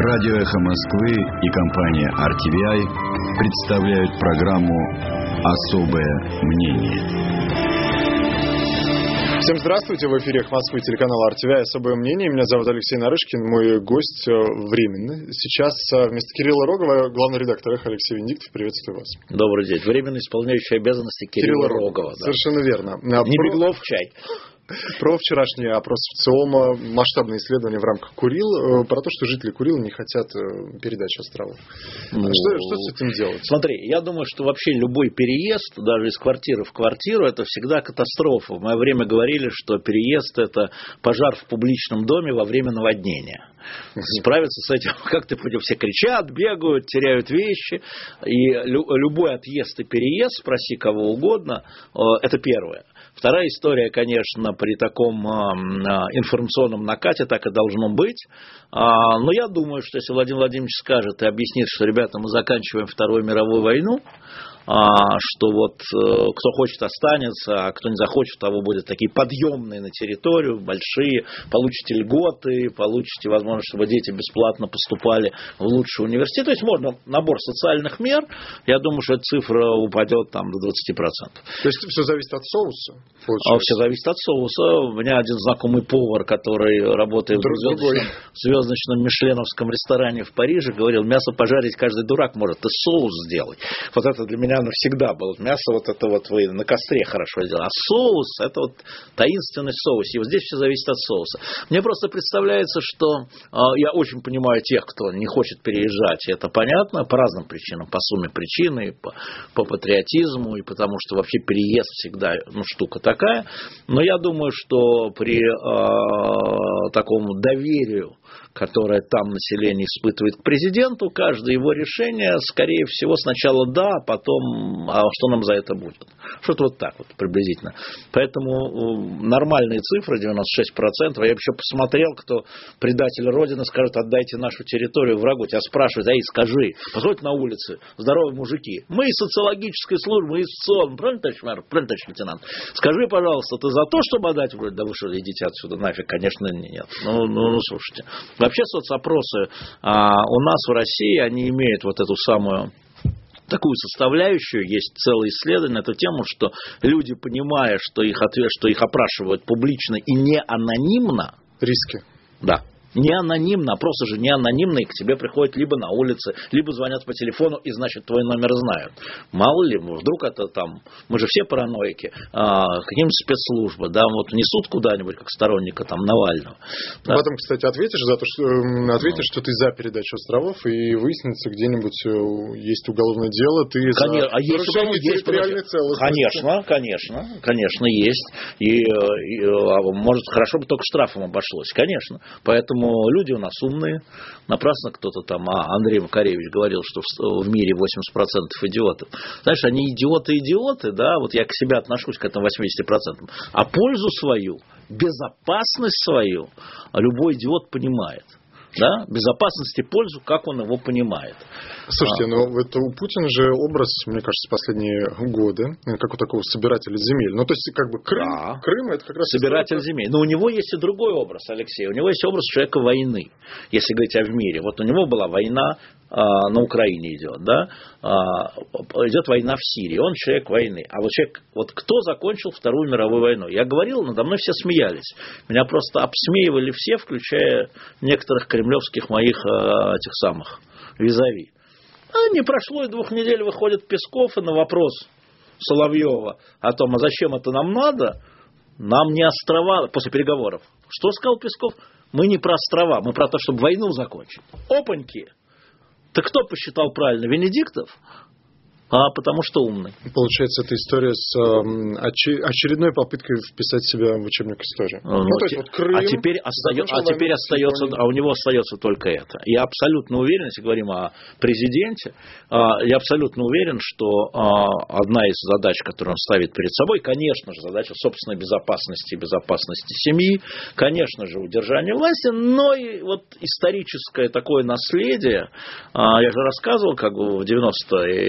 Радио «Эхо Москвы» и компания RTVI представляют программу «Особое мнение». Всем здравствуйте, в эфире «Эхо Москвы», телеканал RTVI «Особое мнение». Меня зовут Алексей Нарышкин, мой гость временный. Сейчас вместо Кирилла Рогова главный редактор «Эхо» Алексей Венедиктов. Приветствую вас. Добрый день. Временно исполняющий обязанности Кирилла Рогова. Да. Совершенно верно. Не Беглов, чай. Про вчерашний опрос ВЦИОМа, масштабное исследование в рамках Курил, про то, что жители Курил не хотят передачи островов. Что с этим делать? Смотри, я думаю, что вообще любой переезд, даже из квартиры в квартиру, это всегда катастрофа. В мое время говорили, что переезд – это пожар в публичном доме во время наводнения. Справиться с этим, как ты понял, все кричат, бегают, теряют вещи. И любой отъезд и переезд, спроси кого угодно, это первое. Вторая история, конечно, при таком информационном накате так и должно быть. Но я думаю, что если Владимир Владимирович скажет и объяснит, что, ребята, мы заканчиваем Вторую мировую войну, что вот кто хочет останется, а кто не захочет, того будут такие подъемные на территорию, большие, получите льготы, получите возможность, чтобы дети бесплатно поступали в лучший университет. То есть можно набор социальных мер, я думаю, что эта цифра упадет там до 20%. То есть все зависит от соуса? Все зависит от соуса. У меня один знакомый повар, который работает в звездочном мишленовском ресторане в Париже, говорил, мясо пожарить каждый дурак может, и соус сделать. Вот это для меня навсегда было. Мясо вот это вот вы на костре хорошо сделали. А соус, это вот таинственный соус. И вот здесь все зависит от соуса. Мне просто представляется, что я очень понимаю тех, кто не хочет переезжать. И это понятно по разным причинам. По сумме причин, и по патриотизму, и потому что вообще переезд всегда штука такая. Но я думаю, что при такому доверию, которое там население испытывает к президенту, каждое его решение, скорее всего, сначала да, а потом, а что нам за это будет? Что-то вот так вот приблизительно. Поэтому нормальные цифры, 96%. Я еще посмотрел, кто предатель Родины скажет, отдайте нашу территорию врагу. Тебя спрашивают, скажи, посмотрите на улице, здоровые мужики. Мы из социологической службы, мы из СОН, правильно, товарищ мэр, правильно, товарищ лейтенант? Скажи, пожалуйста, ты за то, чтобы отдать? Да вы что, идите отсюда нафиг, конечно, нет. Ну, слушайте. Вообще соцопросы у нас в России, они имеют вот эту самую такую составляющую, есть целое исследование на эту тему, что люди, понимая, что их опрашивают публично и не анонимно. Риски. Да. Не анонимно, опросы же не анонимные, к тебе приходят либо на улице, либо звонят по телефону и, значит, твой номер знают. Мало ли, вдруг это там, мы же все параноики, какие-нибудь спецслужбы, да, вот несут куда-нибудь, как сторонника там Навального. Да. Потом, кстати, ответишь, что ты за передачу островов, и выяснится, где-нибудь есть уголовное дело, ты за нарушение территориальной целостности. Конечно, есть. И может, хорошо бы только штрафом обошлось, конечно. Поэтому люди у нас умные. Напрасно кто-то там, Андрей Макаревич говорил, что в мире 80% идиотов. Знаешь, они идиоты, да, вот я к себе отношусь к этому 80%. А пользу свою, безопасность свою любой идиот понимает. Да? Безопасность и пользу, как он его понимает. Слушайте, это у Путина же образ, мне кажется, последние годы, как у такого собирателя земель. То есть, как бы Крым это как раз... Собиратель земель. Но у него есть и другой образ, Алексей. У него есть образ человека войны, если говорить о мире. Вот у него была война, на Украине идет, да? Идет война в Сирии. Он человек войны. А вот человек, вот кто закончил Вторую мировую войну? Я говорил, надо мной все смеялись. Меня просто обсмеивали все, включая некоторых кремлевских моих этих самых визави. Не прошло и 2 недель, выходит Песков, и на вопрос Соловьева о том, а зачем это нам надо, нам не острова, после переговоров. Что сказал Песков? Мы не про острова, мы про то, чтобы войну закончить. Опаньки! Так кто посчитал правильно? Венедиктов? Потому что умный. Получается, это история с очередной попыткой вписать себя в учебник истории. То есть, вот Крым, теперь остается, у него остается только это. Я абсолютно уверен, если говорим о президенте, я абсолютно уверен, что одна из задач, которую он ставит перед собой, конечно же, задача собственной безопасности и безопасности семьи, конечно же, удержание власти, но и вот историческое такое наследие, я же рассказывал, как в 90-е,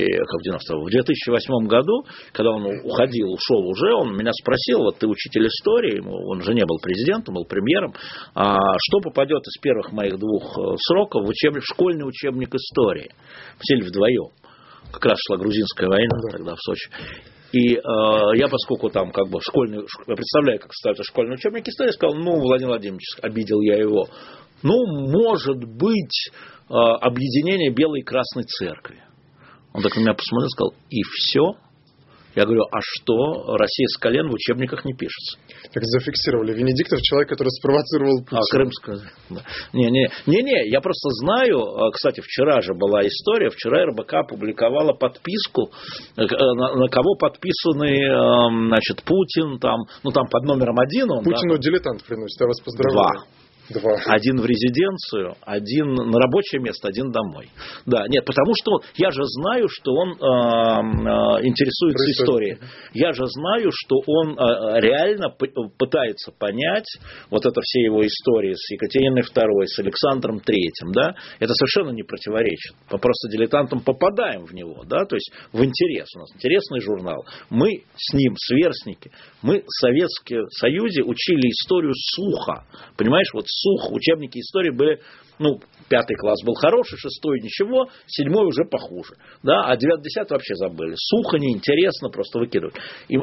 В 2008 году, когда он ушел уже, он меня спросил, вот ты учитель истории, он же не был президентом, был премьером, что попадет из первых моих 2 сроков в школьный учебник истории. Мы сели вдвоем. Как раз шла грузинская война тогда в Сочи. И я, поскольку там как бы я представляю, как ставится школьный учебник истории, сказал, Владимир Владимирович, обидел я его, может быть, объединение Белой и Красной Церкви. Он так на меня посмотрел и сказал, и все? Я говорю, а что, Россия с колен в учебниках не пишется? Так зафиксировали. Венедиктов, человек, который спровоцировал Путина. Крымская. Да. Не, я просто знаю, кстати, вчера же была история, вчера РБК опубликовала подписку, на кого подписаны, Путин, там под номером 1. Путину дилетант приносит, я вас поздравляю. 2. 1 в резиденцию, 1 на рабочее место, 1 домой. Да, нет, потому что я же знаю, что он интересуется историей. Я же знаю, что он реально пытается понять вот это все его истории с Екатериной II, с Александром III, да, это совершенно не противоречит. Мы просто дилетантом попадаем в него, да, то есть в интерес. У нас интересный журнал. Мы с ним сверстники. Мы в Советском Союзе учили историю сухо. Понимаешь, вот сухо. Учебники истории были, 5 класс был хороший, 6 ничего, 7 уже похуже. Да? А 9-10 вообще забыли. Сухо, неинтересно, просто выкидывают.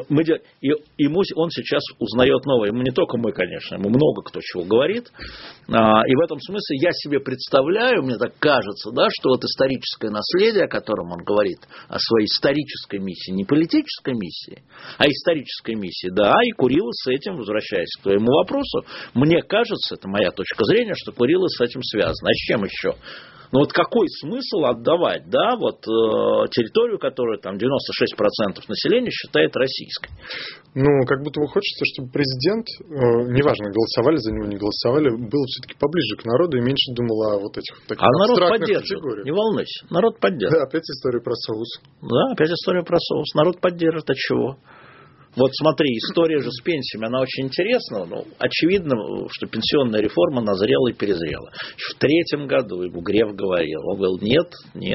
Он сейчас узнает новое. Не только мы, конечно, ему много кто чего говорит. И в этом смысле я себе представляю, мне так кажется, да, что вот историческое наследие, о котором он говорит, о своей исторической миссии, не политической миссии, а исторической миссии, да, и Курилы с этим, возвращаясь к твоему вопросу, мне кажется, это моя точка зрения, что Курилы с этим связаны. А с чем еще? Вот какой смысл отдавать, да, территорию, которую там 96% населения считает российской? Как будто бы хочется, чтобы президент, неважно, голосовали за него, не голосовали, был все-таки поближе к народу и меньше думал о вот этих таких абстрактных категориях. Не волнуйся, народ поддержит. Да, опять история про соус. Да, опять история про соус. Народ поддержит, от чего? Вот смотри, история же с пенсиями, она очень интересна. Очевидно, что пенсионная реформа назрела и перезрела. В 2003 году ему Греф говорил. Он говорил, нет.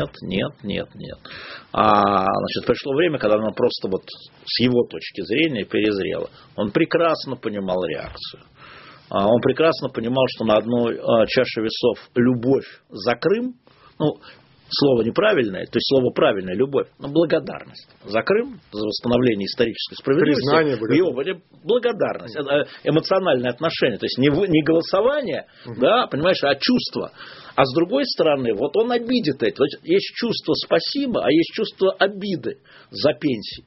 Пришло время, когда она просто с его точки зрения перезрела. Он прекрасно понимал реакцию. Он прекрасно понимал, что на одной чаше весов любовь за Крым, слово неправильное, то есть слово правильное, любовь, но благодарность за Крым, за восстановление исторической справедливости. Признание, благодарность, эмоциональное отношение, то есть не голосование, да, понимаешь, а чувство. А с другой стороны, он обидит это. Есть чувство спасибо, а есть чувство обиды за пенсии.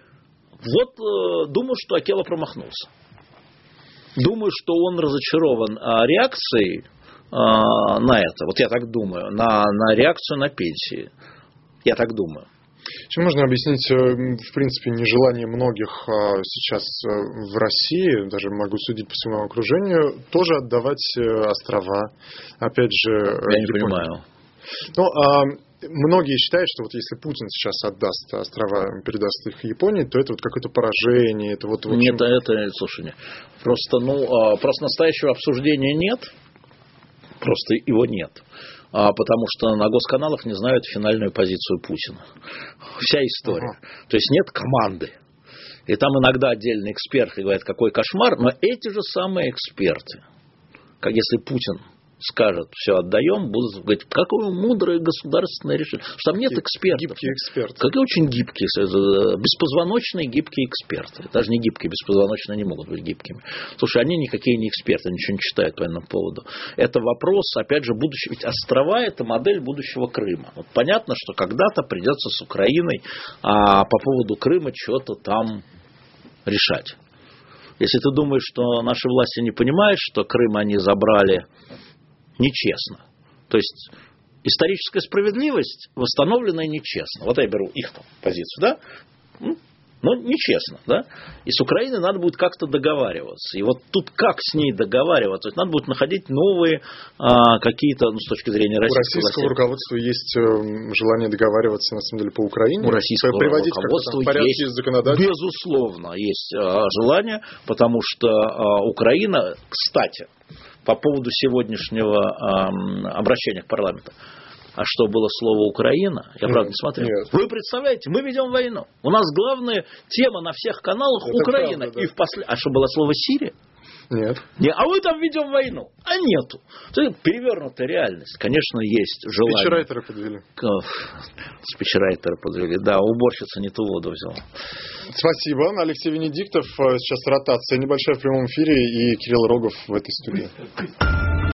Думаю, что Акела промахнулся. Думаю, что он разочарован реакцией на это. Я так думаю. На реакцию на пенсии. Я так думаю. Чем можно объяснить, в принципе, нежелание многих сейчас в России, даже могу судить по своему окружению, тоже отдавать острова. Опять же, я не понимаю. Многие считают, что если Путин сейчас отдаст острова, передаст их Японии, то это какое-то поражение. Это Нет, слушай, просто настоящего обсуждения нет. Просто его нет. Потому что на госканалах не знают финальную позицию Путина. Вся история. То есть нет команды. И там иногда отдельные эксперты говорят, какой кошмар, но эти же самые эксперты, как если Путин скажет, все отдаем, будут говорить, какое мудрое государственное решение. Что там нет экспертов. Гибкие эксперты. Какие очень гибкие, беспозвоночные гибкие эксперты. Даже не гибкие, беспозвоночные не могут быть гибкими. Слушай, они никакие не эксперты, ничего не читают по этому поводу. Это вопрос, опять же, будущего. Ведь острова – это модель будущего Крыма. Понятно, что когда-то придется с Украиной по поводу Крыма что-то там решать. Если ты думаешь, что наши власти не понимают, что Крым они забрали нечестно. То есть историческая справедливость восстановлена нечестно. Я беру их позицию, да? Но нечестно, да? И с Украиной надо будет как-то договариваться. И тут как с ней договариваться? Надо будет находить новые какие-то, с точки зрения российского руководства есть желание договариваться, на самом деле, по Украине? У российского руководства есть, безусловно, есть желание, потому что Украина, кстати, по поводу сегодняшнего обращения к парламенту. А что было слово «Украина»? Я, правда, не смотрел. Нет. Вы представляете, мы ведем войну. У нас главная тема на всех каналах — Украина. Правда, да. А что было слово «Сирия»? Нет. А мы там ведем войну. А нету. Это перевернутая реальность. Конечно, есть желание. Спичрайтеры подвели. Спичрайтеры подвели. Да, уборщица не ту воду взяла. Спасибо. Алексей Венедиктов. Сейчас ротация небольшая в прямом эфире и Кирилл Рогов в этой студии.